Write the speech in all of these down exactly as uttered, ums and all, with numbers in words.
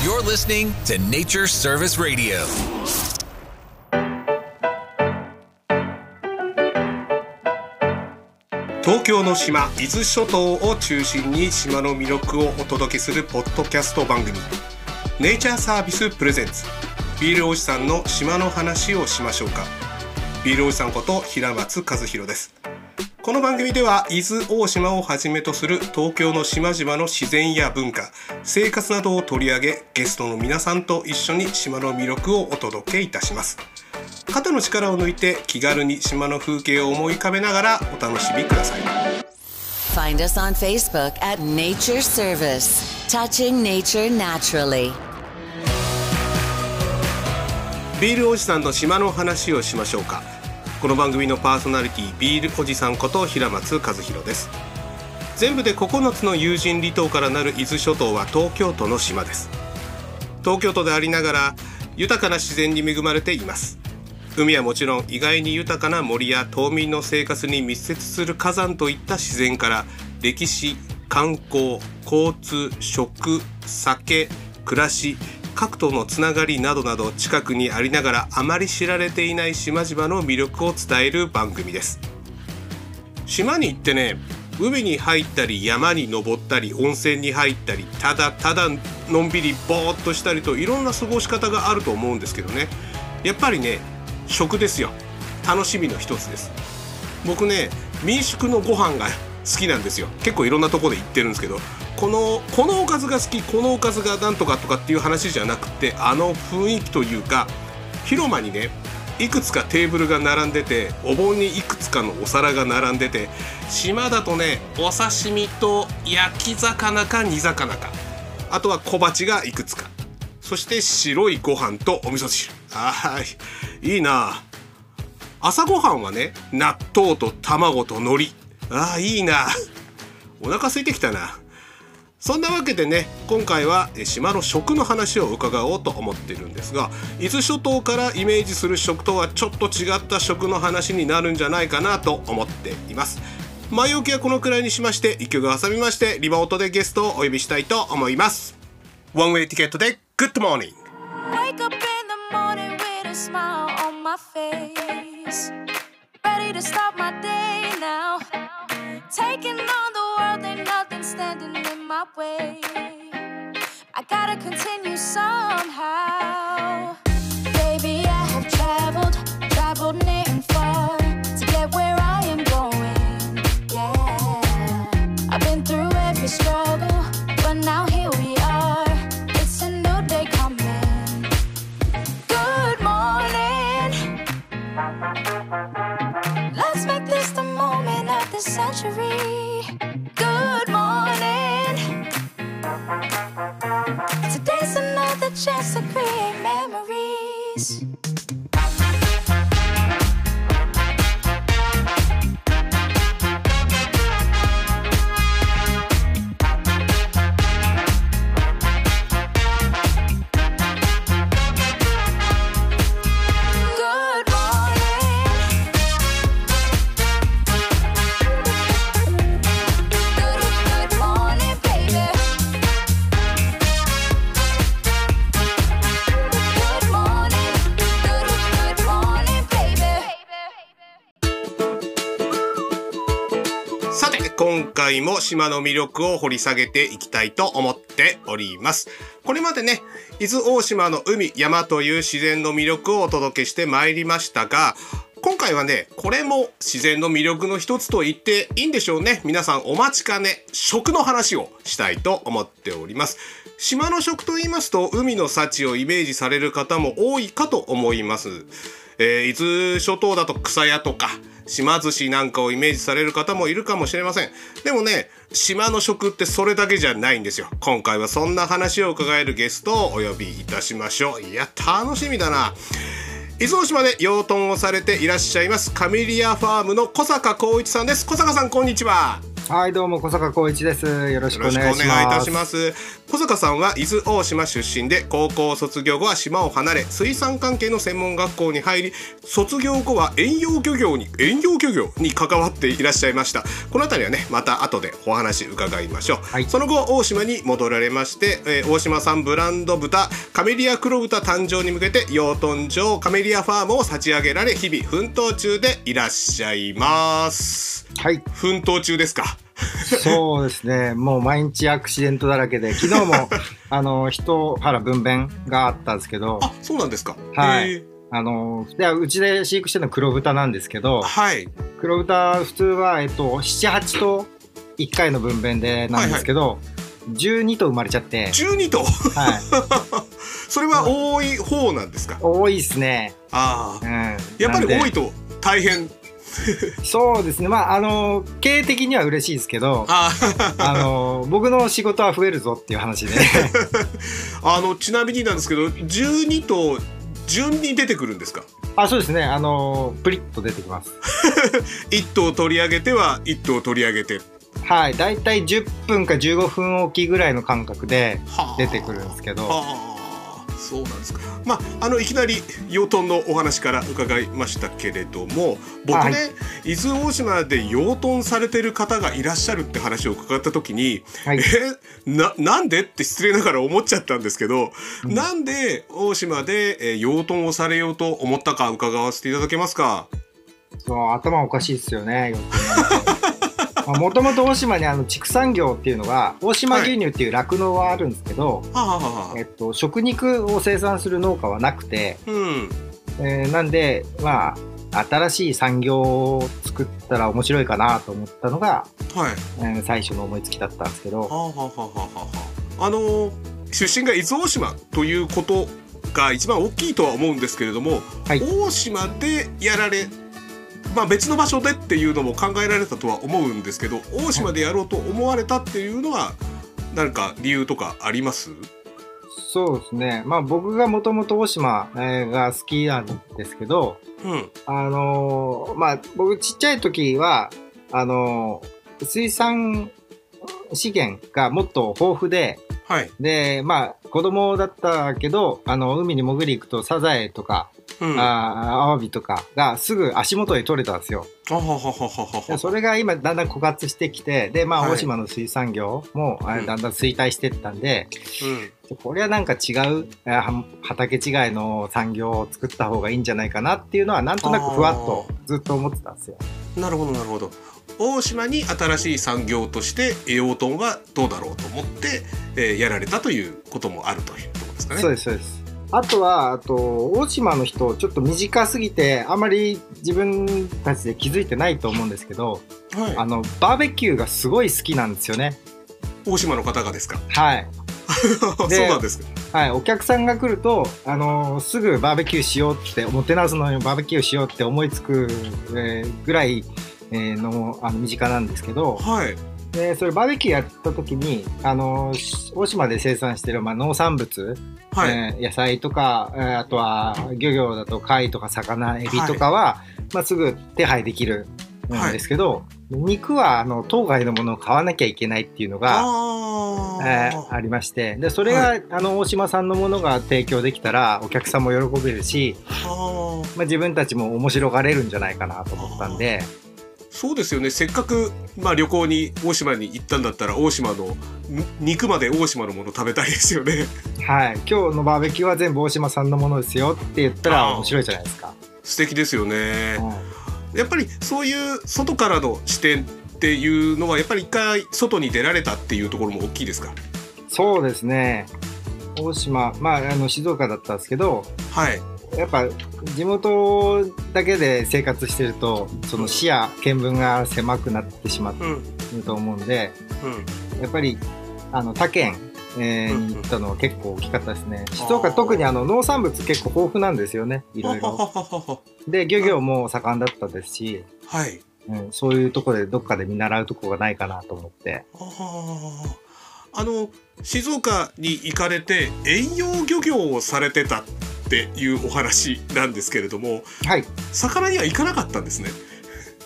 You're listening to Nature Service Radio. 東京の島、伊豆諸島を中心に島の魅力をお届けするポッドキャスト番組、ネイチャーサービスプレゼンツ、ビールおじさんの島の話をしましょうか。ビールおじさんこと平松和弘です。この番組では伊豆大島をはじめとする東京の島々の自然や文化、生活などを取り上げ、ゲストの皆さんと一緒に島の魅力をお届けいたします。肩の力を抜いて気軽に島の風景を思い浮かべながらお楽しみください。 Find us on Facebook at Nature Service, Touching Nature Naturally. ビールおじさんの島の話をしましょうか。この番組のパーソナリティ、ビールおじさんこと平松和弘です。全部でここのつの有人離島からなる伊豆諸島は東京都の島です。東京都でありながら豊かな自然に恵まれています。海はもちろん、意外に豊かな森や島民の生活に密接する火山といった自然から、歴史、観光、交通、食、酒、暮らし、各党のつながりなどなど、近くにありながらあまり知られていない島々の魅力を伝える番組です。島に行ってね、海に入ったり山に登ったり温泉に入ったり、ただただのんびりぼーっとしたりと、いろんな過ごし方があると思うんですけどね、やっぱりね、食ですよ。楽しみの一つです。僕ね、民宿のご飯が好きなんですよ。結構いろんなところで行ってるんですけど、このこのおかずが好き、このおかずがなんとかとかっていう話じゃなくて、あの雰囲気というか、広間にね、いくつかテーブルが並んでて、お盆にいくつかのお皿が並んでて、島だとね、お刺身と焼き魚か煮魚か、あとは小鉢がいくつか、そして白いご飯とお味噌汁。あー、いいな。朝ごはんはね、納豆と卵と海苔。あー、いいな。お腹空いてきたな。そんなわけでね、今回は島の食の話を伺おうと思ってるんですが、伊豆諸島からイメージする食とはちょっと違った食の話になるんじゃないかなと思っています。前置きはこのくらいにしまして、一曲挟みまして、リモートでゲストをお呼びしたいと思います。ワンウェイティケットでグッドモーニング。 Wake up in the morning with a smile on my face, ready to start my day now, taking on the world, ain't nothing standing in my way, I gotta continue somehow. Baby, I have traveled, traveled near and far to get where I am going, yeah, I've been through every struggle, but now here we are, it's a new day coming. Good morning, let's make this the moment of the century. Good morning, today's another chance to create memories. 今回も島の魅力を掘り下げていきたいと思っております。これまでね、伊豆大島の海、山という自然の魅力をお届けしてまいりましたが、今回はね、これも自然の魅力の一つと言っていいんでしょうね。皆さんお待ちかね、食の話をしたいと思っております。島の食と言いますと、海の幸をイメージされる方も多いかと思います。えー、伊豆諸島だと草屋とか島寿司なんかをイメージされる方もいるかもしれません。でもね、島の食ってそれだけじゃないんですよ。今回はそんな話を伺えるゲストをお呼びいたしましょう。いや、楽しみだな。伊豆大島で養豚をされていらっしゃいますカミリアファームの小坂浩一さんです。小坂さん、こんにちは。 はいどうも小坂浩一です。よろしくお願いします。 よろしくお願いいたします。小坂さんは伊豆大島出身で、高校卒業後は島を離れ水産関係の専門学校に入り、卒業後は遠洋漁業に遠洋漁業に関わっていらっしゃいました。このあたりはねまた後でお話伺いましょう、はい、その後大島に戻られまして、えー、大島産ブランド豚カメリア黒豚誕生に向けて養豚場カメリアファームを立ち上げられ、日々奮闘中でいらっしゃいます。はい、奮闘中ですか。 そうですね、もう毎日アクシデントだらけで、昨日もあの一腹分娩があったんですけど。 あ、そうなんですか。 はい、あのでうちで飼育してるのは黒豚なんですけど、はい、黒豚普通は、えっと、ななはち頭いっかいの分娩でなんですけど、はいはい、じゅうに頭生まれちゃって。 じゅうに頭、はい、それは多い方なんですか。 多いですね。 あ、うん、やっぱり多いと大変。 そうですね、まああの経営的には嬉しいですけど、ああの僕の仕事は増えるぞっていう話であのちなみになんですけど、じゅうに頭順に出てくるんですか。 あ、そうですね、あのプリッと出てきますいっ頭取り上げてはいっ頭取り上げて、 はい、だいたいじゅっぷんかじゅうごふんおきぐらいの間隔で出てくるんですけど。はあ、 そうなんですか。まあ、あのいきなり養豚のお話から伺いましたけれども、僕ね、はい、伊豆大島で養豚されてる方がいらっしゃるって話を伺った時に、はい、えななんでって失礼ながら思っちゃったんですけど、うん、なんで大島で養豚をされようと思ったか伺わせていただけますか。 そう、頭おかしいですよね、養豚もともと大島にあの畜産業っていうのが大島牛乳っていう酪農はあるんですけど、はい、えっと、食肉を生産する農家はなくて、うん、えー、なんでまあ新しい産業を作ったら面白いかなと思ったのが、はい、えー、最初の思いつきだったんですけど、はあはあはあはあ、あのー、出身が伊豆大島ということが一番大きいとは思うんですけれども、はい、大島でやられまあ、別の場所でっていうのも考えられたとは思うんですけど、大島でやろうと思われたっていうのは何か理由とかあります？ そうですね、まあ、僕がもともと大島が好きなんですけど、うん、あのー、まあ僕ちっちゃい時はあのー、水産資源がもっと豊富で、はい、でまあ子供だったけど、あの海に潜り行くとサザエとか、うん、あアワビとかがすぐ足元で取れたんですよ。それが今だんだん枯渇してきて、でまあ大島の水産業も、はい、だんだん衰退していったんで、うん、これはなんか違う畑違いの産業を作った方がいいんじゃないかなっていうのはなんとなくふわっとずっと思ってたんですよ。 なるほどなるほど。大島に新しい産業として養豚はどうだろうと思って、えー、やられたということもあるというところですかね。 そうですそうです。あとはあと大島の人ちょっと短すぎてあまり自分たちで気づいてないと思うんですけど、はい、あのバーベキューがすごい好きなんですよね。 大島の方がですか？ はい。 そうなんですか。 はい、お客さんが来ると、あのー、すぐバーベキューしようってもてなすのにバーベキューしようって思いつく、えー、ぐらい、えー、の, あの身近なんですけど、はい、でそれバーベキューやった時に、あのー、大島で生産してる、まあ、農産物、はい、えー、野菜とか、えー、あとは漁業だと貝とか魚エビとかは、はい、まあ、すぐ手配できるんですけど、はい、肉はあの当該のものを買わなきゃいけないっていうのが あ,、えー、ありまして、でそれが、はい、あの大島産のものが提供できたらお客さんも喜べるし、まあ、自分たちも面白がれるんじゃないかなと思ったんで。 そうですよね。せっかく、まあ、旅行に大島に行ったんだったら大島の肉まで大島のもの食べたいですよね。 はい、今日のバーベキューは全部大島産のものですよって言ったら面白いじゃないですか。 素敵ですよね、うん、やっぱりそういう外からの視点っていうのはやっぱり一回外に出られたっていうところも大きいですか？ そうですね、大島、まあ、あの静岡だったんですけど、はい、やっぱ地元だけで生活してるとその視野見聞が狭くなってしまってると思うんで、うんうん、やっぱりあの他県、えー、に行ったのは結構大きかったですね。静岡特にあの農産物結構豊富なんですよね、いろいろで漁業も盛んだったですし、はい、うん、そういうところでどっかで見習うとこがないかなと思って。 ああの静岡に行かれて遠洋漁業をされてたっていうお話なんですけれども、はい、魚には行かなかったんですね。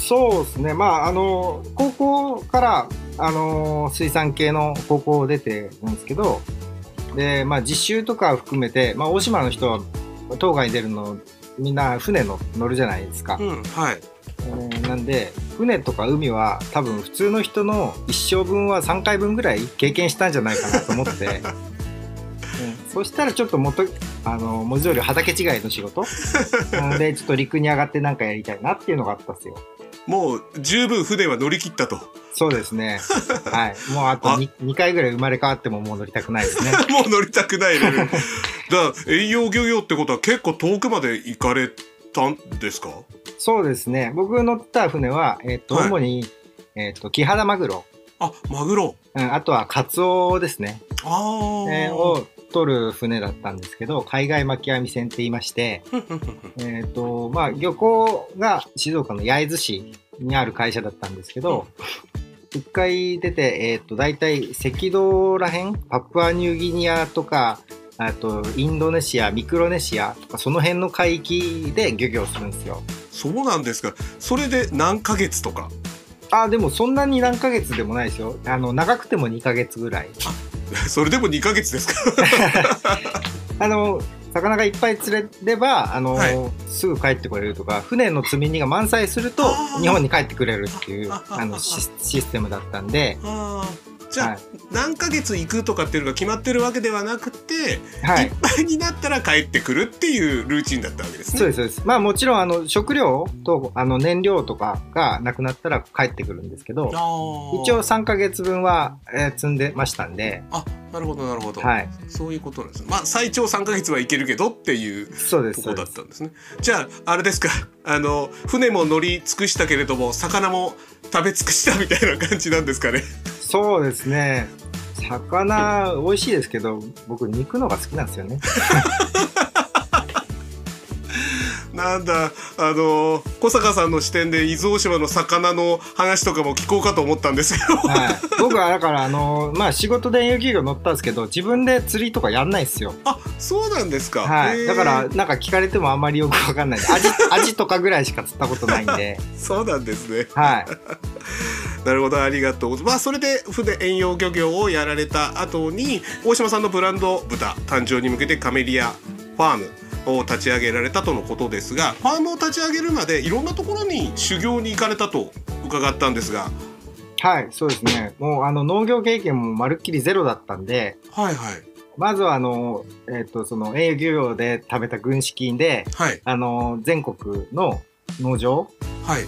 そうですね。まあ、あの、高校から、あの、水産系の高校を出てるんですけど、で、まあ、実習とか含めて、まあ、大島の人は、当該に出るの、みんな船の乗るじゃないですか。 うん、はい。 えー、なんで、船とか海は、多分普通の人の一生分はさんかいぶんぐらい経験したんじゃないかなと思って、うん、そしたらちょっともっと、あの、文字通り畑違いの仕事なので、ちょっと陸に上がってなんかやりたいなっていうのがあったんですよ。 もう十分船は乗り切ったと。 そうですね。はい。もうあと 2, 2回ぐらい生まれ変わってももう乗りたくないですね。 もう乗りたくないレベル。だから遠洋漁業ってことは結構遠くまで行かれたんですか？ そうですね。僕乗った船は、えっ、ー、と、はい、主に、えっ、ー、と、キハダマグロ。 あ、マグロ。 うん、あとはカツオですね。 ああ。 えー、を取る船だったんですけど、海外巻き網船って言いまして、えっと、まあ、漁港が静岡の焼津市にある会社だったんですけど、一、うん、回出て、えっと、大体赤道らへん、パプアニューギニアとか、あと、インドネシア、ミクロネシアとか、その辺の海域で漁業するんですよ。 そうなんですか。それで何ヶ月とか？ あ、でもそんなに何ヶ月でもないですよ。あの、長くてもにかげつぐらい。 それでもにかげつですか？ あの、魚がいっぱい釣れれば、あの、はい、すぐ帰ってこれるとか、船の積み荷が満載すると日本に帰ってくれるっていうあの シ, システムだったんで。 じゃあ、はい、何ヶ月行くとかっていうのが決まってるわけではなくて、はい、いっぱいになったら帰ってくるっていうルーチンだったわけですね。 そうですそうです。まあもちろんあの食料とあの燃料とかがなくなったら帰ってくるんですけど、一応さんかげつぶんは、えー、積んでましたんで。 あ、なるほどなるほど。 はい。 そういうことなんです。まあ最長さんかげつはいけるけどっていうところだったんですね。じゃああれですか、あの船も乗り尽くしたけれども魚も食べ尽くしたみたいな感じなんですかね。 そうですね。魚美味しいですけど、僕肉のが好きなんですよね。 なんだ、あの小坂さんの視点で伊豆大島の魚の話とかも聞こうかと思ったんですけど、 はい、僕はだからあのまあ仕事で遠洋漁業乗ったんですけど、自分で釣りとかやんないですよ。 あ、そうなんですか。 はい、だからなんか聞かれてもあんまりよくわかんない。アジアジとかぐらいしか釣ったことないんで。 そうなんですね。 はい。 なるほど、ありがとう。まあそれで船遠洋漁業をやられた後に大島さんのブランド豚誕生に向けてカメリアファームを立ち上げられたとのことですが、ファームを立ち上げるまでいろんなところに修行に行かれたと伺ったんですが。 はい、そうですね。もうあの農業経験もまるっきりゼロだったんで、 はいはい。 まずはあの、えー、とその遠洋漁業で食べた軍資金で、はい、あの全国の農場、はい、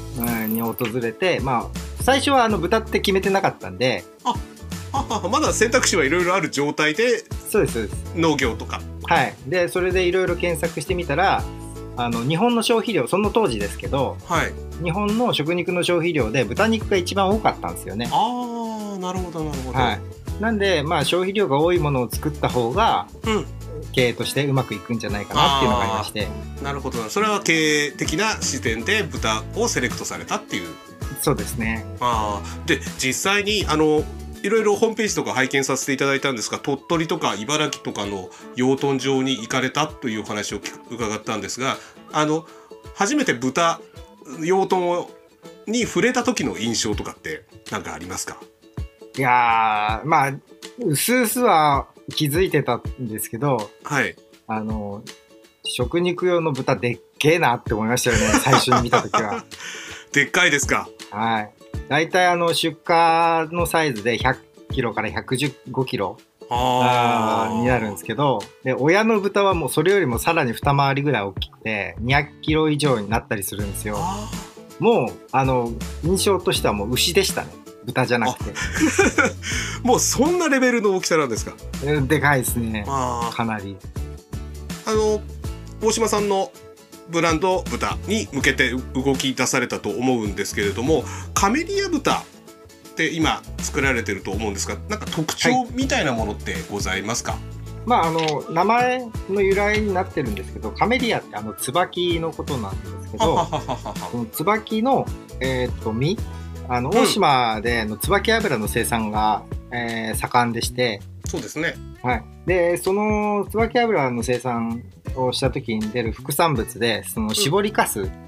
に訪れて、まあ、最初はあの豚って決めてなかったんで、 ああ、まだ選択肢はいろいろある状態で、 そうですそうです。 農業とか。 はい。でそれでいろいろ検索してみたら、あの日本の消費量、その当時ですけど、はい、日本の食肉の消費量で豚肉が一番多かったんですよね。 ああ、なるほどなるほど。 はい。なんで、まあ、消費量が多いものを作った方が、うん、経営としてうまくいくんじゃないかなっていうのがありまして。 なるほど。それは経営的な視点で豚をセレクトされたっていう。 そうですね。 あで実際にあのいろいろホームページとか拝見させていただいたんですが、鳥取とか茨城とかの養豚場に行かれたというお話を伺ったんですが、あの初めて豚養豚に触れた時の印象とかって何かありますか？ いやー、まあうすうすは気づいてたんですけど、はい、あの食肉用の豚でっけえなって思いましたよね。最初に見た時は。 でっかいですか？ はい。だいたいあの出荷のサイズでひゃっキロからひゃくじゅうごキロあになるんですけど、で親の豚はもうそれよりもさらに二回りぐらい大きくてにひゃくキロ以上になったりするんですよ。もうあの印象としてはもう牛でしたね。豚じゃなくて。 もうそんなレベルの大きさなんですか？ でかいですね。かなり。 あの大島さんのブランド豚に向けて動き出されたと思うんですけれども、カメリア豚って今作られてると思うんですが、なんか特徴みたいなものってございますか？はい、 まああの名前の由来になってるんですけど、カメリアってあの椿のことなんですけど、その椿の、えー、と実、あの大島での椿油の生産が、えー、盛んでして、 そうですね。 はい。でその椿油の生産をした時に出る副産物でその搾りかす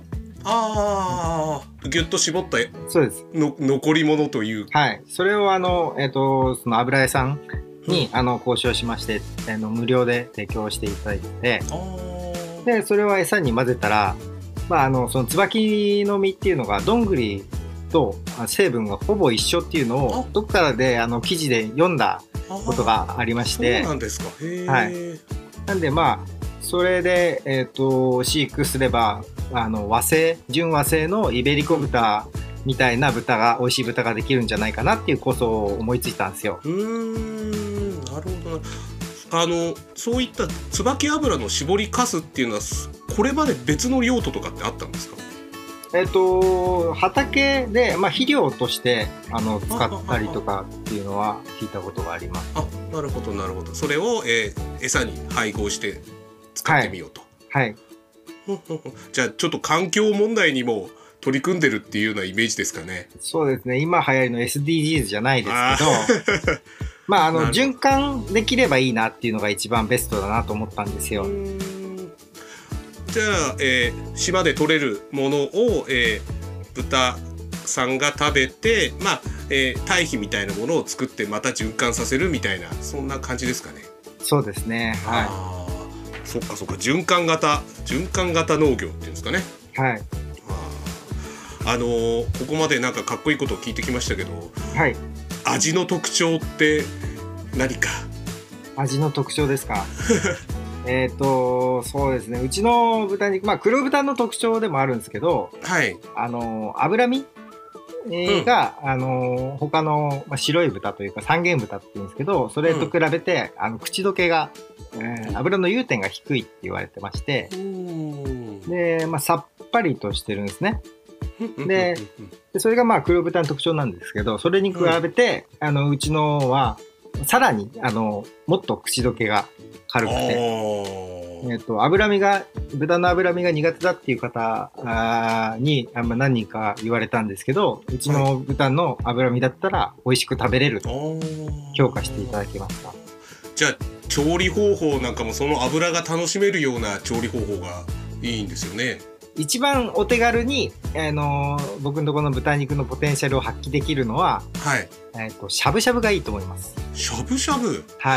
ああ、ギュッと絞ったそうですの残り物という。 はい。それをあの、えっと、その油屋さんに、うん、あの交渉しまして、あの無料で提供していただいて、で、それを餌に混ぜたら、まあ、あの、その椿の実っていうのが、どんぐりと成分がほぼ一緒っていうのを、どっかであの記事で読んだことがありまして。 そうなんですか。へー。 はい。なんで、まあ、それで、えっと、飼育すれば、あの和製純和製のイベリコ豚みたいな豚が美味しい豚ができるんじゃないかなっていう構想を思いついたんですよ。 うーん、なるほどな。あのそういった椿油の搾りかすっていうのはこれまで別の用途とかってあったんですか？ えっと畑で、まあ、肥料としてあの使ったりとかっていうのは聞いたことがあります。 あ、なるほどなるほど。それを、えー、餌に配合して使ってみようと。 はい、はいじゃあちょっと環境問題にも取り組んでるっていうようなイメージですかね。 そうですね。今流行りの エスディージーズ じゃないですけどまああの循環できればいいなっていうのが一番ベストだなと思ったんですよ。 じゃあ、えー、島で取れるものを、えー、豚さんが食べて、まあえー、堆肥みたいなものを作ってまた循環させるみたいな、そんな感じですかね。 そうですね。はい。 あ、そっかそっか、循環型循環型農業っていうんですかね。 はい。 あのー、ここまでなんかかっこいいことを聞いてきましたけど、 はい。 味の特徴って何か？ 味の特徴ですか？えっとそうですね。うちの豚肉、まあ黒豚の特徴でもあるんですけど、 はい。 あの脂身が、うん、あの他の、まあ、白い豚というか三元豚って言うんですけど、それと比べて、うん、あの口どけが、えー、油の融点が低いって言われてまして、で、まあ、さっぱりとしてるんですね。で、でそれがまあ黒豚の特徴なんですけど、それに比べて、うん、あのうちのはさらにあのもっと口どけが軽くて、えー、と脂身が豚の脂身が苦手だっていう方にあ、まあ、何人か言われたんですけど、うちの豚の脂身だったら美味しく食べれると評価していただきました。 じゃあ調理方法なんかもその脂が楽しめるような調理方法がいいんですよね。 一番お手軽に、あのー、僕のところの豚肉のポテンシャルを発揮できるのは、 はい、 えーと、しゃぶしゃぶがいいと思います。 しゃぶしゃぶ、 はい、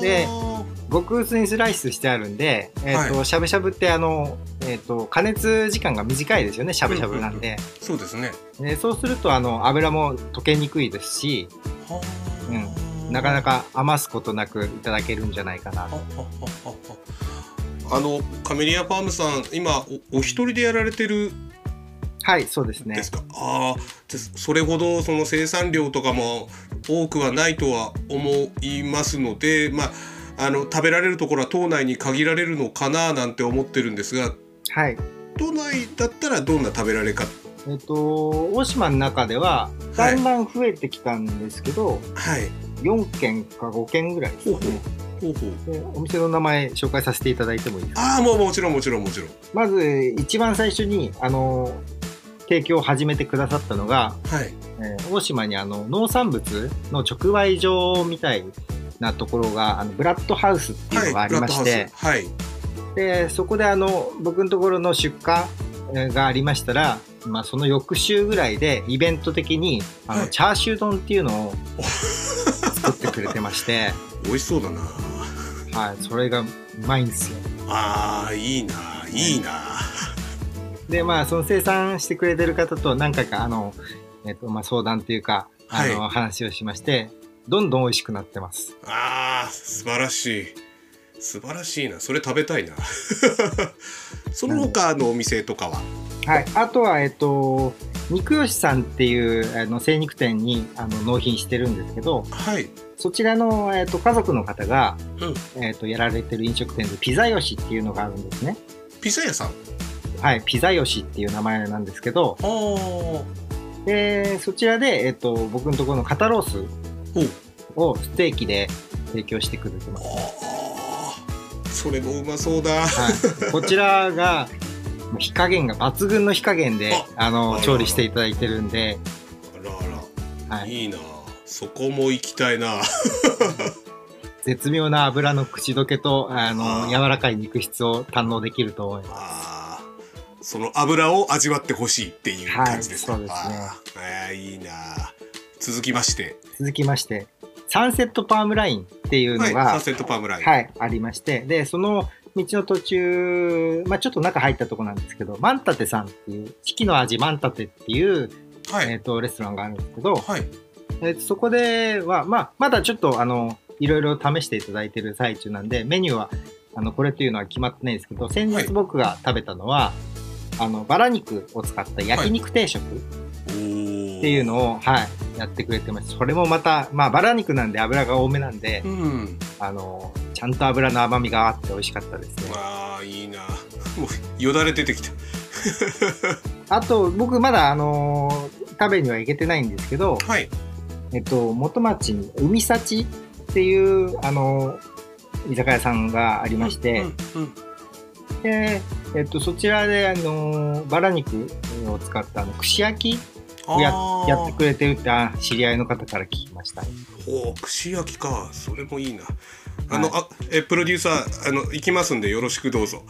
で極薄にスライスしてあるんで、えーとはい、しゃぶしゃぶってあの、えーと、加熱時間が短いですよね。しゃぶしゃぶなんで、うんうんうん、 そうですね。 でそうするとあの油も溶けにくいですし、うん、なかなか余すことなくいただけるんじゃないかなと。 あのカメリアファームさん、今 お, お一人でやられてる？ はいそうですね。 ですか。ああ、それほどその生産量とかも多くはないとは思いますので、まあ、あの食べられるところは島内に限られるのかななんて思ってるんですが、 はい、 島内だったらどんな食べられ方？ えっと大島の中ではだんだん増えてきたんですけど、 はい、 よんけんかごけんぐらいですね。ほうほうほうほう。でお店の名前紹介させていただいてもいいですか？ ああ、もうもちろんもちろんもちろん。 まず一番最初にあの提供を始めてくださったのが、 はいえー、大島にあの農産物の直売所みたいなところがあのブラッドハウスっていうのがありまして、 はい、 でそこであの僕のところの出荷がありましたら、まあ、その翌週ぐらいでイベント的にあの、はい、チャーシュー丼っていうのを作ってくれてまして美味しそうだな。 はい、それがうまいんですよ。 ああ、いいな、いいな。 で、まあ、その生産してくれてる方と何回か、あの、えっと、まあ、相談っていうか、あの、はい、話をしまして、どんどん美味しくなってます。 ああ、素晴らしい。素晴らしいな。それ食べたいな。その他のお店とかは？ はい。あとは、えっと、肉吉さんっていうあの精肉店にあの納品してるんですけど、 はい。 そちらの、えー、と家族の方が、 うんえー、とやられてる飲食店でピザヨシっていうのがあるんですね。 ピザ屋さん？ はい、ピザヨシっていう名前なんですけど、でそちらで、えー、と僕のところの肩ロースをステーキで提供してくれてます。 それもうまそうだ、 はい、こちらが火加減が抜群の火加減でああの調理していただいてるんで、 あらあら、はい、いいな。そこも行きたいな。 絶妙な油の口どけとあのあ柔らかい肉質を堪能できると思います。 あその油を味わってほしいっていう感じですか。 はい、そうですね。 ああ、いいな。続きまして続きましてサンセットパームラインっていうのが、 はい、サンセットパームライン、 はい、ありまして、でその道の途中、まあ、ちょっと中入ったとこなんですけど、マンタテさんっていう四季の味マンタテっていう、はい、えー、とレストランがあるんですけど、はい、えー、とそこでは、まあ、まだちょっとあのいろいろ試していただいてる最中なんで、メニューはあのこれっていうのは決まってないんですけど、先日僕が食べたのは、はい、あのバラ肉を使った焼肉定食っていうのを、はい、やってくれてます。それもまた、まあ、バラ肉なんで油が多めなんで、うん、あのちゃんと油の甘みがあって美味しかったですね。 ああ、いいな。もうよだれ出てきた。 あと僕まだあのー、食べには行けてないんですけど、はい、えっと元町に海幸っていうあのー、居酒屋さんがありまして、うんうんうん、でえっとそちらであのー、バラ肉を使ったあの串焼きを や, やってくれてるって知り合いの方から聞きました。 おー、串焼きか、それもいいな。あの、はい、あえプロデューサーあの行きますんでよろしくどうぞ。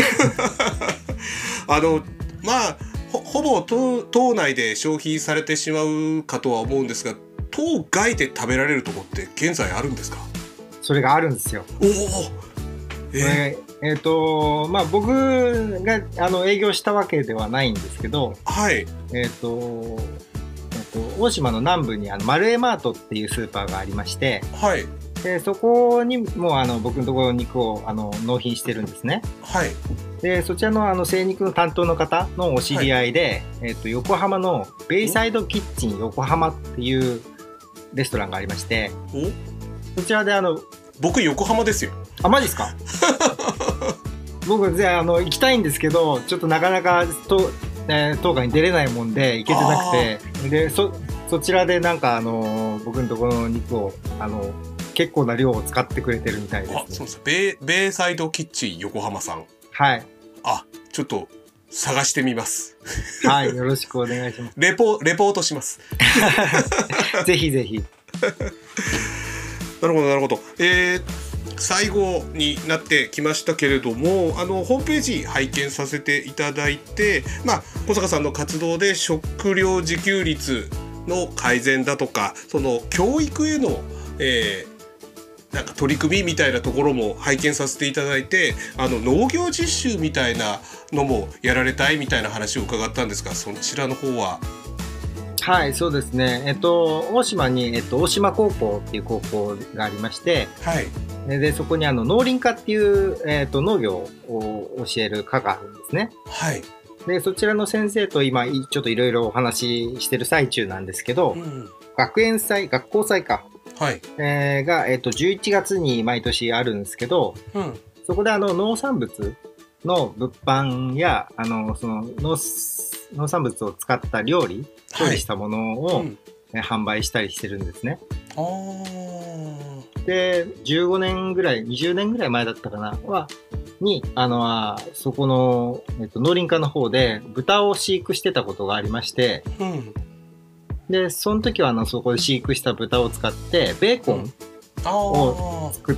あのまあ ほ, ほぼ 島, 島内で消費されてしまうかとは思うんですが、島外で食べられるとこって現在あるんですか？ それがあるんですよ。 おお、 えーえーとまあ、僕があの営業したわけではないんですけど、はい、えーとえーと大島の南部にあのマルエマートっていうスーパーがありまして、はい、でそこにもあの僕のところの肉をあの納品してるんですね。はい、でそちらのあの精肉の担当の方のお知り合いで、はい、えーと横浜のベイサイドキッチン横浜っていうレストランがありまして、そちらであの僕横浜ですよ。 あ、マジですか？僕じゃあの行きたいんですけど、ちょっとなかなかと、えー、当該に出れないもんで行けてなくて、で そ, そちらでなんかあの僕のところの肉をあの結構な量を使ってくれてるみたいです、ね。 あ、そうです。ベイ、ベイサイドキッチン横浜さん。 はい。 あ、ちょっと探してみます。 はい、よろしくお願いします。 レポレポートします。 ぜひぜひ。 なるほどなるほど。えー、最後になってきましたけれども、あのホームページ拝見させていただいて、まあ小坂さんの活動で食料自給率の改善だとか、その教育への、えー、なんか取り組みみたいなところも拝見させていただいて、あの農業実習みたいなのもやられたいみたいな話を伺ったんですが、そちらの方は？ はい、そうですね。えっと大島に、えっと、大島高校っていう高校がありまして、はい、でそこにあの農林科っていう、えっと、農業を教える科があるんですね。はい。でそちらの先生と今ちょっといろいろお話ししてる最中なんですけど、うん、学園祭学校祭か、はい、えー、が、えっと、じゅういちがつに毎年あるんですけど、うん、そこであの農産物の物販やあのその 農, 農産物を使った料理調理したものを、はい、うん、販売したりしてるんですね。あでじゅうごねんぐらいにじゅうねんぐらい前だったかなはにあのそこの、えっと、農林科の方で豚を飼育してたことがありまして、うん、でその時はあのそこで飼育した豚を使ってベーコンを作って、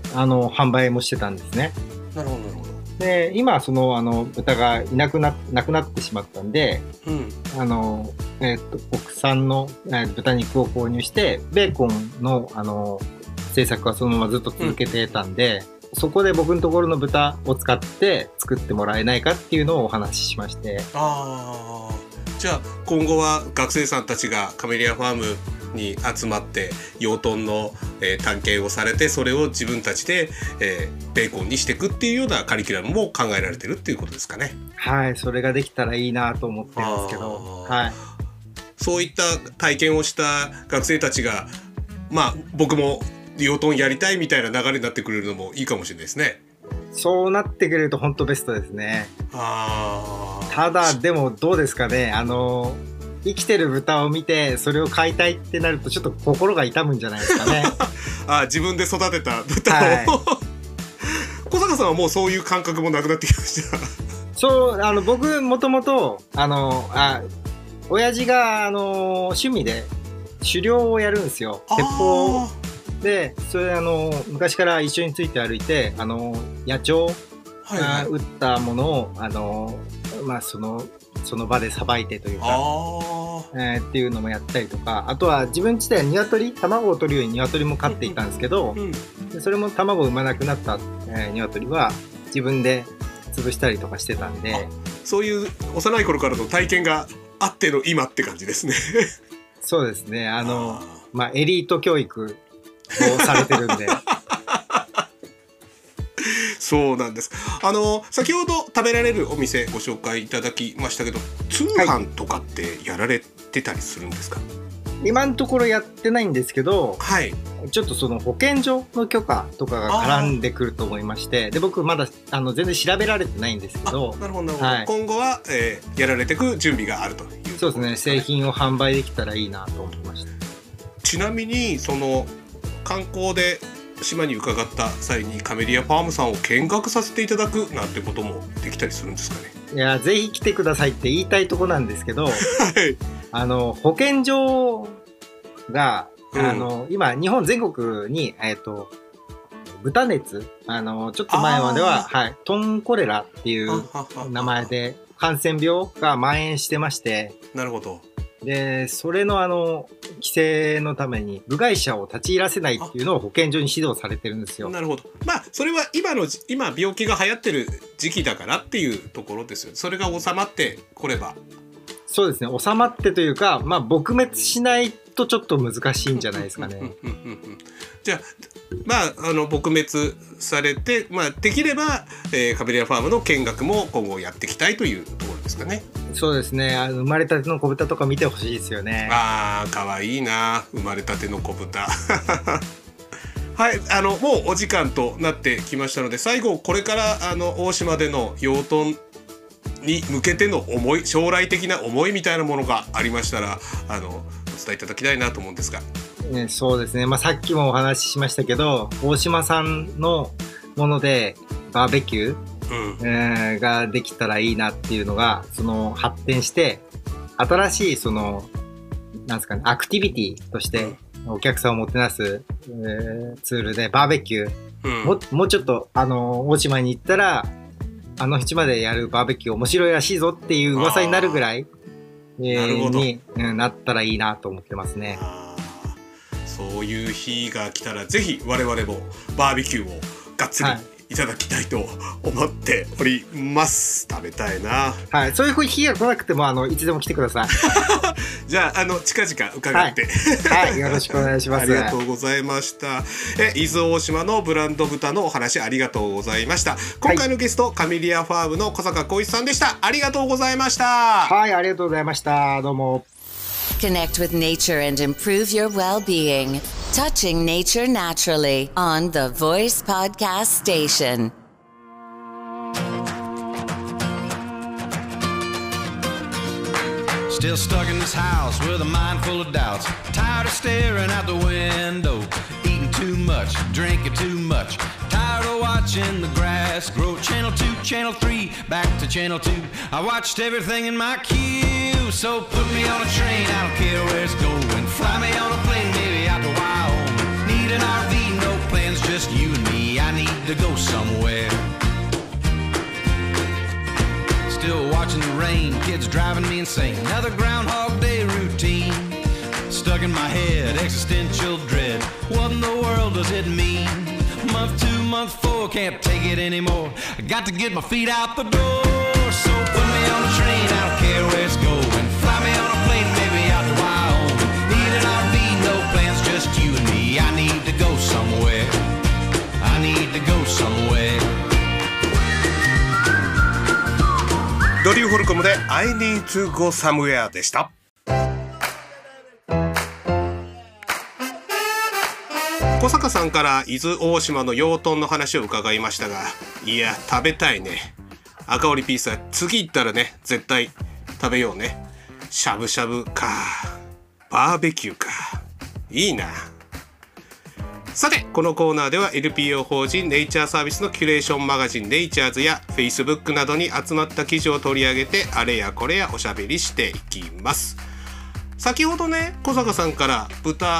うん、ああの販売もしてたんですね。 なるほどなるほど。 で今そのあの豚がいなく な, なくなってしまったんで、うん、あのえー、と国産の、えー、豚肉を購入してベーコン の, あの製作はそのままずっと続けてたんで、うん、そこで僕のところの豚を使って作ってもらえないかっていうのをお話ししまして。 あじゃあ今後は学生さんたちがカメリアファームに集まって養豚の、えー、探検をされて、それを自分たちで、えー、ベーコンにしていくっていうようなカリキュラムも考えられてるっていうことですかね。 はい、それができたらいいなと思ってますけど、はい、 そういった体験をした学生たちが、まあ僕も養豚やりたいみたいな流れになってくれるのもいいかもしれないですね。 そうなってくれると本当ベストですね。あただでもどうですかね、あの生きてる豚を見てそれを買いたいってなるとちょっと心が痛むんじゃないですかね。 あ自分で育てた豚を、はい、小坂さんはもうそういう感覚もなくなってきました。 そうあの僕もともとあのあ親父があの趣味で狩猟をやるんですよ。鉄砲でそれあの昔から一緒について歩いてあの野鳥が撃ったものをあのまあそのその場でさばいてというか、えー、っていうのもやったりとか、あとは自分自体は鶏卵を取るように鶏も飼っていたんですけど、うんうん、でそれも卵を産まなくなった、えー、鶏は自分で潰したりとかしてたんで、 そういう幼い頃からの体験があっての今って感じですね。 そうですね、あのあまあエリート教育をされてるんで。 そうなんです。あの先ほど食べられるお店ご紹介いただきましたけど、通販とかってやられてたりするんですか？はい、 今のところやってないんですけど、 はい、 ちょっとその保健所の許可とかが絡んでくると思いまして、で僕まだあの全然調べられてないんですけど、 なるほどなるほど、はい、今後は、えー、やられていく準備があるということですかね。 そうですね、製品を販売できたらいいなと思いました。 ちなみにその観光で島に伺った際にカメリアファームさんを見学させていただくなんてこともできたりするんですかね？ いやぜひ来てくださいって言いたいとこなんですけど、はい、あの保健所が、うん、あの今日本全国に、えーと、豚熱あのちょっと前までは、はい、トンコレラっていう名前で感染病が蔓延してまして、 なるほど。 でそれのあの規制のために部外者を立ち入らせないっていうのを保健所に指導されてるんですよ。 なるほど。まあそれは今の今病気が流行ってる時期だからっていうところですよ。それが収まってこれば。 そうですね、収まってというか、まあ撲滅しないとちょっと難しいんじゃないですかね。 じゃあまああの撲滅されて、まあできれば、えー、カメリアファームの見学も今後やっていきたいというところですかね。 そうですね、あの生まれたての子豚とか見てほしいですよね。 あーかわいいな、生まれたての子豚。はい、あのもうお時間となってきましたので、最後これからあの大島での養豚に向けての思い、将来的な思いみたいなものがありましたらあのお伝えいただきたいなと思うんですが。 ね、そうですね、まあ、さっきもお話ししましたけど、大島産のものでバーベキューうんえー、ができたらいいなっていうのがその発展して、新しいそのなんですかね、アクティビティとしてお客さんをもてなす、えー、ツールでバーベキュー、うん、も, もうちょっとあの大島に行ったらあの島でやるバーベキュー面白いらしいぞっていう噂になるぐらい、えー、に、うん、なったらいいなと思ってますね。 あそういう日が来たらぜひ我々もバーベキューをがっつり、はいいただきたいと思っております。食べたいな。 はい、そういう日が来なくてもあのいつでも来てください。 じゃああの近々伺って、 はい、はい、よろしくお願いします。 ありがとうございました。え伊豆大島のブランド豚のお話ありがとうございました。今回のゲスト、はい、カメリアファームの小坂浩一さんでした。ありがとうございました。 はい、ありがとうございました。どうも。 Connect with nature and improve your well-being. Touching Nature Naturally on the Voice Podcast Station. Still stuck in this house with a mind full of doubts. Tired of staring out the window. Eating too much, drinking too much. Tired of watching the grass grow. Channel two, channel three, back to channel two. I watched everything in my queue. So put me on a train, I don't care where it's going. Fly me on a plane, maybe out to Wyoming. Need an R V, no plans, just you and me. I need to go somewhere. Still watching the rain, kids driving me insane. Another Groundhog Day routine. Stuck in my head, existential dread. What in the world does it mean? Month two, month four, can't take it anymore. I got to get my feet out the door. So put me on a train, I don't care where it's going. Fly me on a plane, maybe out to Wyoming. Need an R V, no plans, just you and me. I need to go somewhere. I need to go somewhere. ドリューホルコムで I need to go somewhere でした。小坂さんから伊豆大島の養豚の話を伺いましたが、いや食べたいね。赤織ピースは次行ったらね絶対食べようね。しゃぶしゃぶか、バーベキューか、いいな。さてこのコーナーでは エルピーオー 法人ネイチャーサービスのキュレーションマガジンネイチャーズや Facebook などに集まった記事を取り上げてあれやこれやおしゃべりしていきます。先ほどね小坂さんから豚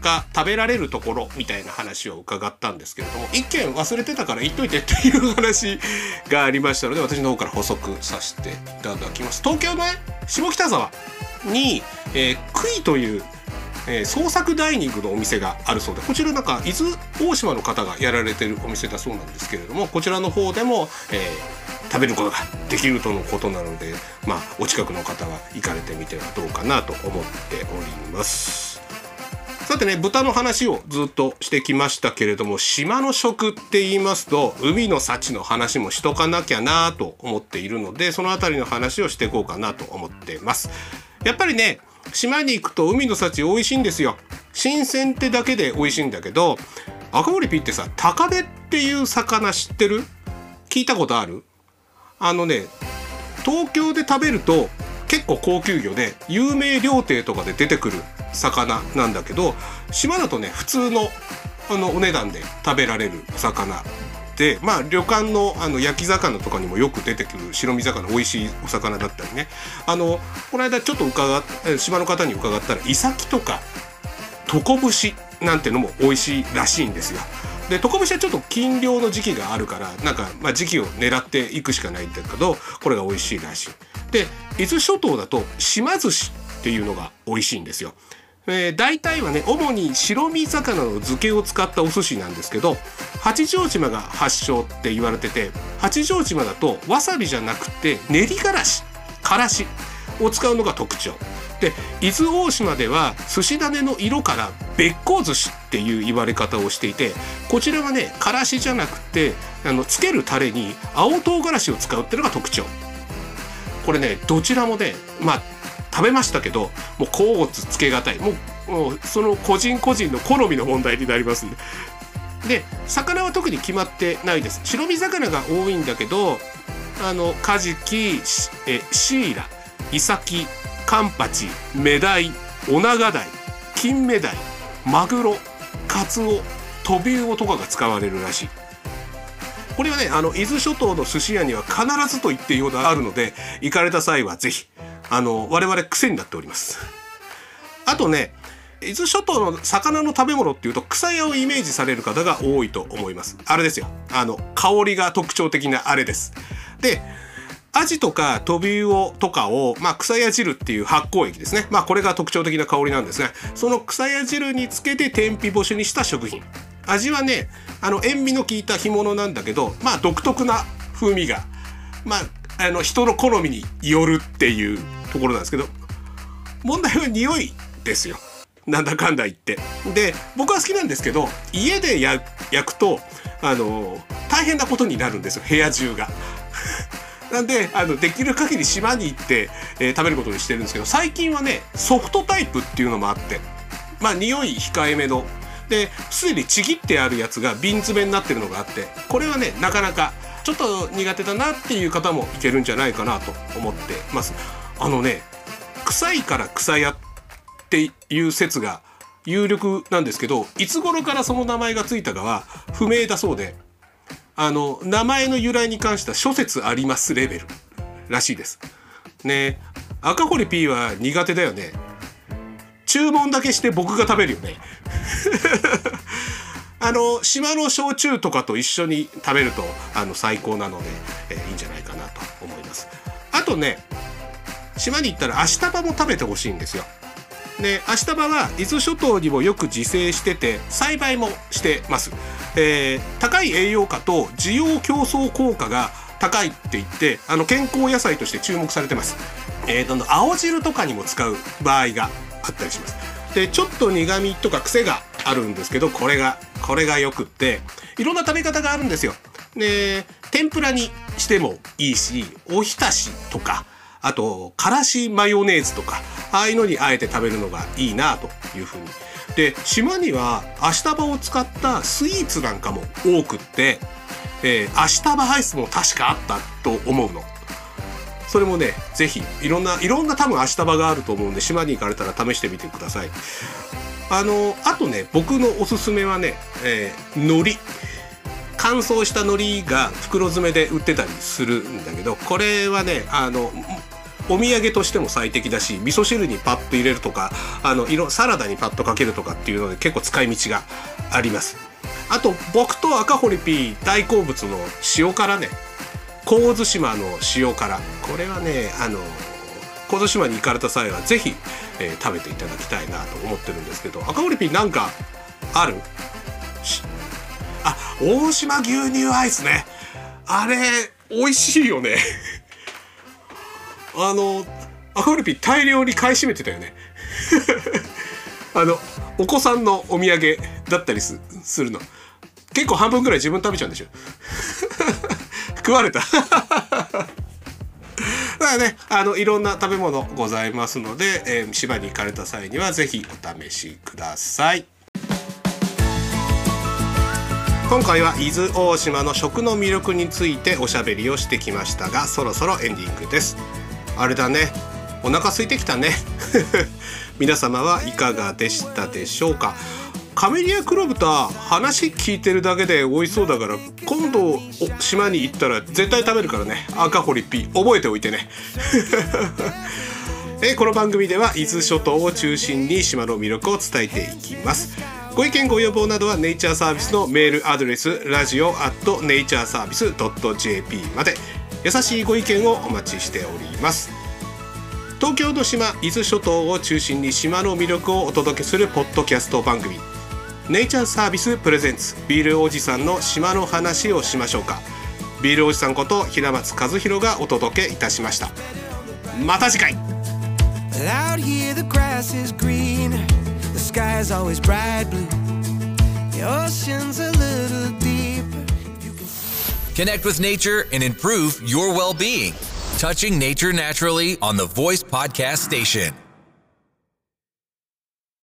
が食べられるところみたいな話を伺ったんですけれども、一件忘れてたから言っといてっていう話がありましたので、私の方から補足させていただきます。東京のね下北沢に、えー、クイという、えー、創作ダイニングのお店があるそうで、こちらなんか伊豆大島の方がやられてるお店だそうなんですけれども、こちらの方でも、えー、食べることができるとのことなので、まあお近くの方は行かれてみてはどうかなと思っております。さてね、豚の話をずっとしてきましたけれども、島の食って言いますと海の幸の話もしとかなきゃなと思っているので、そのあたりの話をしていこうかなと思ってます。やっぱりね、島に行くと海の幸美味しいんですよ。新鮮ってだけで美味しいんだけど、赤森ピーってさ、高値っていう魚知ってる？聞いたことある？あのね、東京で食べると結構高級魚で有名料亭とかで出てくる魚なんだけど、島だとね普通のあのお値段で食べられる魚で、まあ旅館のあの焼き魚とかにもよく出てくる白身魚、美味しいお魚だったりね、あのこの間ちょっと伺っ島の方に伺ったら、イサキとかトコブシなんてのも美味しいらしいんですよ。でトコブシはちょっと禁漁の時期があるから、なんかまあ時期を狙っていくしかないんだけど、これが美味しいらしい。で伊豆諸島だと島寿司っていうのが美味しいんですよ。えー、大体はね主に白身魚の漬けを使ったお寿司なんですけど、八丈島が発祥って言われてて、八丈島だとわさびじゃなくて練りがらし、からしを使うのが特徴で、伊豆大島では寿司種の色からべっこう寿司っていう言われ方をしていて、こちらはねからしじゃなくてあのつけるタレに青唐辛子を使うっていうのが特徴。これねどちらもねまあ食べましたけど、もう甲乙つけがたい、もう、もうその個人個人の好みの問題になりますんで。で魚は特に決まってないです。白身魚が多いんだけど、あのカジキ、えシイラ、イサキ、カンパチ、メダイ、オナガダイ、キンメダイ、マグロ、カツオ、トビウオとかが使われるらしい。これはねあの伊豆諸島の寿司屋には必ずと言っていいほどあるので、行かれた際はぜひ、あの我々癖になっております。あとね、伊豆諸島の魚の食べ物っていうと草屋をイメージされる方が多いと思います。あれですよ、あの香りが特徴的なあれです。でアジとかトビウオとかを、まあ、草屋汁っていう発酵液ですね、まあ、これが特徴的な香りなんですが、その草屋汁につけて天日干しにした食品。味はねあの塩味の効いた干物なんだけど、まあ独特な風味が、まああの人の好みによるっていうところなんですけど、問題は匂いですよ、なんだかんだ言って。で僕は好きなんですけど、家で焼くとあの大変なことになるんですよ、部屋中がなんであのできる限り島に行って、えー、食べることにしてるんですけど、最近はねソフトタイプっていうのもあって、まあ匂い控えめのですでにちぎってあるやつが瓶詰めになってるのがあって、これはねなかなかちょっと苦手だなっていう方もいけるんじゃないかなと思ってます。あのね臭いから草屋っていう説が有力なんですけど、いつ頃からその名前がついたかは不明だそうで、あの名前の由来に関しては諸説ありますレベルらしいですね。赤堀 P は苦手だよね。注文だけして僕が食べるよねあの島の焼酎とかと一緒に食べるとあの最高なので、えー、いいんじゃないかなと思います。あとね島に行ったらアシタバも食べてほしいんですよ。でアシタバは伊豆諸島にもよく自生してて栽培もしてます。えー、高い栄養価と需要競争効果が高いって言ってあの健康野菜として注目されてます。えーと、青汁とかにも使う場合があったりします。でちょっと苦味とか癖があるんですけど、これがこれがよくって、いろんな食べ方があるんですよ。で天ぷらにしてもいいし、おひたしとか、あとからしマヨネーズとか、ああいうのにあえて食べるのがいいなというふうに。で島にはアシタバを使ったスイーツなんかも多くって、えー、アシタバアイスも確かあったと思うの。それもねぜひいろんないろんな多分アシタバがあると思うんで、島に行かれたら試してみてください。あのあとね僕のおすすめはね、えー、海苔、乾燥した海苔が袋詰めで売ってたりするんだけど、これはねあのお土産としても最適だし、味噌汁にパッと入れるとか、あの色サラダにパッとかけるとかっていうので結構使い道があります。あと僕と赤堀 P 大好物の塩辛ね、神津島の塩辛、これはねあの神津島に行かれた際はぜひ、えー、食べていただきたいなと思ってるんですけど、赤堀 P なんかある？あ、大島牛乳アイスね、あれ美味しいよねあの赤堀 P 大量に買い占めてたよねあのお子さんのお土産だったり す, するの結構半分ぐらい自分食べちゃうんでしょ食われただからね、あのいろんな食べ物ございますので、えー、島に行かれた際にはぜひお試しください。今回は伊豆大島の食の魅力についておしゃべりをしてきましたが、そろそろエンディングです。あれだね、お腹空いてきたね皆様はいかがでしたでしょうか。カメリア黒豚、話聞いてるだけで美味しそうだから、今度島に行ったら絶対食べるからね、赤堀 P 覚えておいてねえこの番組では伊豆諸島を中心に島の魅力を伝えていきます。ご意見ご要望などはネイチャーサービスのメールアドレスラジオアットネイチャーサービスドットジェーピー まで優しいご意見をお待ちしております。東京の島伊豆諸島を中心に島の魅力をお届けするポッドキャスト番組、ネイチャーサービスプレゼンツビールおじさんの島の話をしましょうか。ビールおじさんこと平松和弘がお届けいたしました。また次回。Out here the grass is green, the sky is always bright blue, the ocean's a little deeper. Connect with nature and improve your well-being. Touching Nature Naturally on the Voice Podcast Station.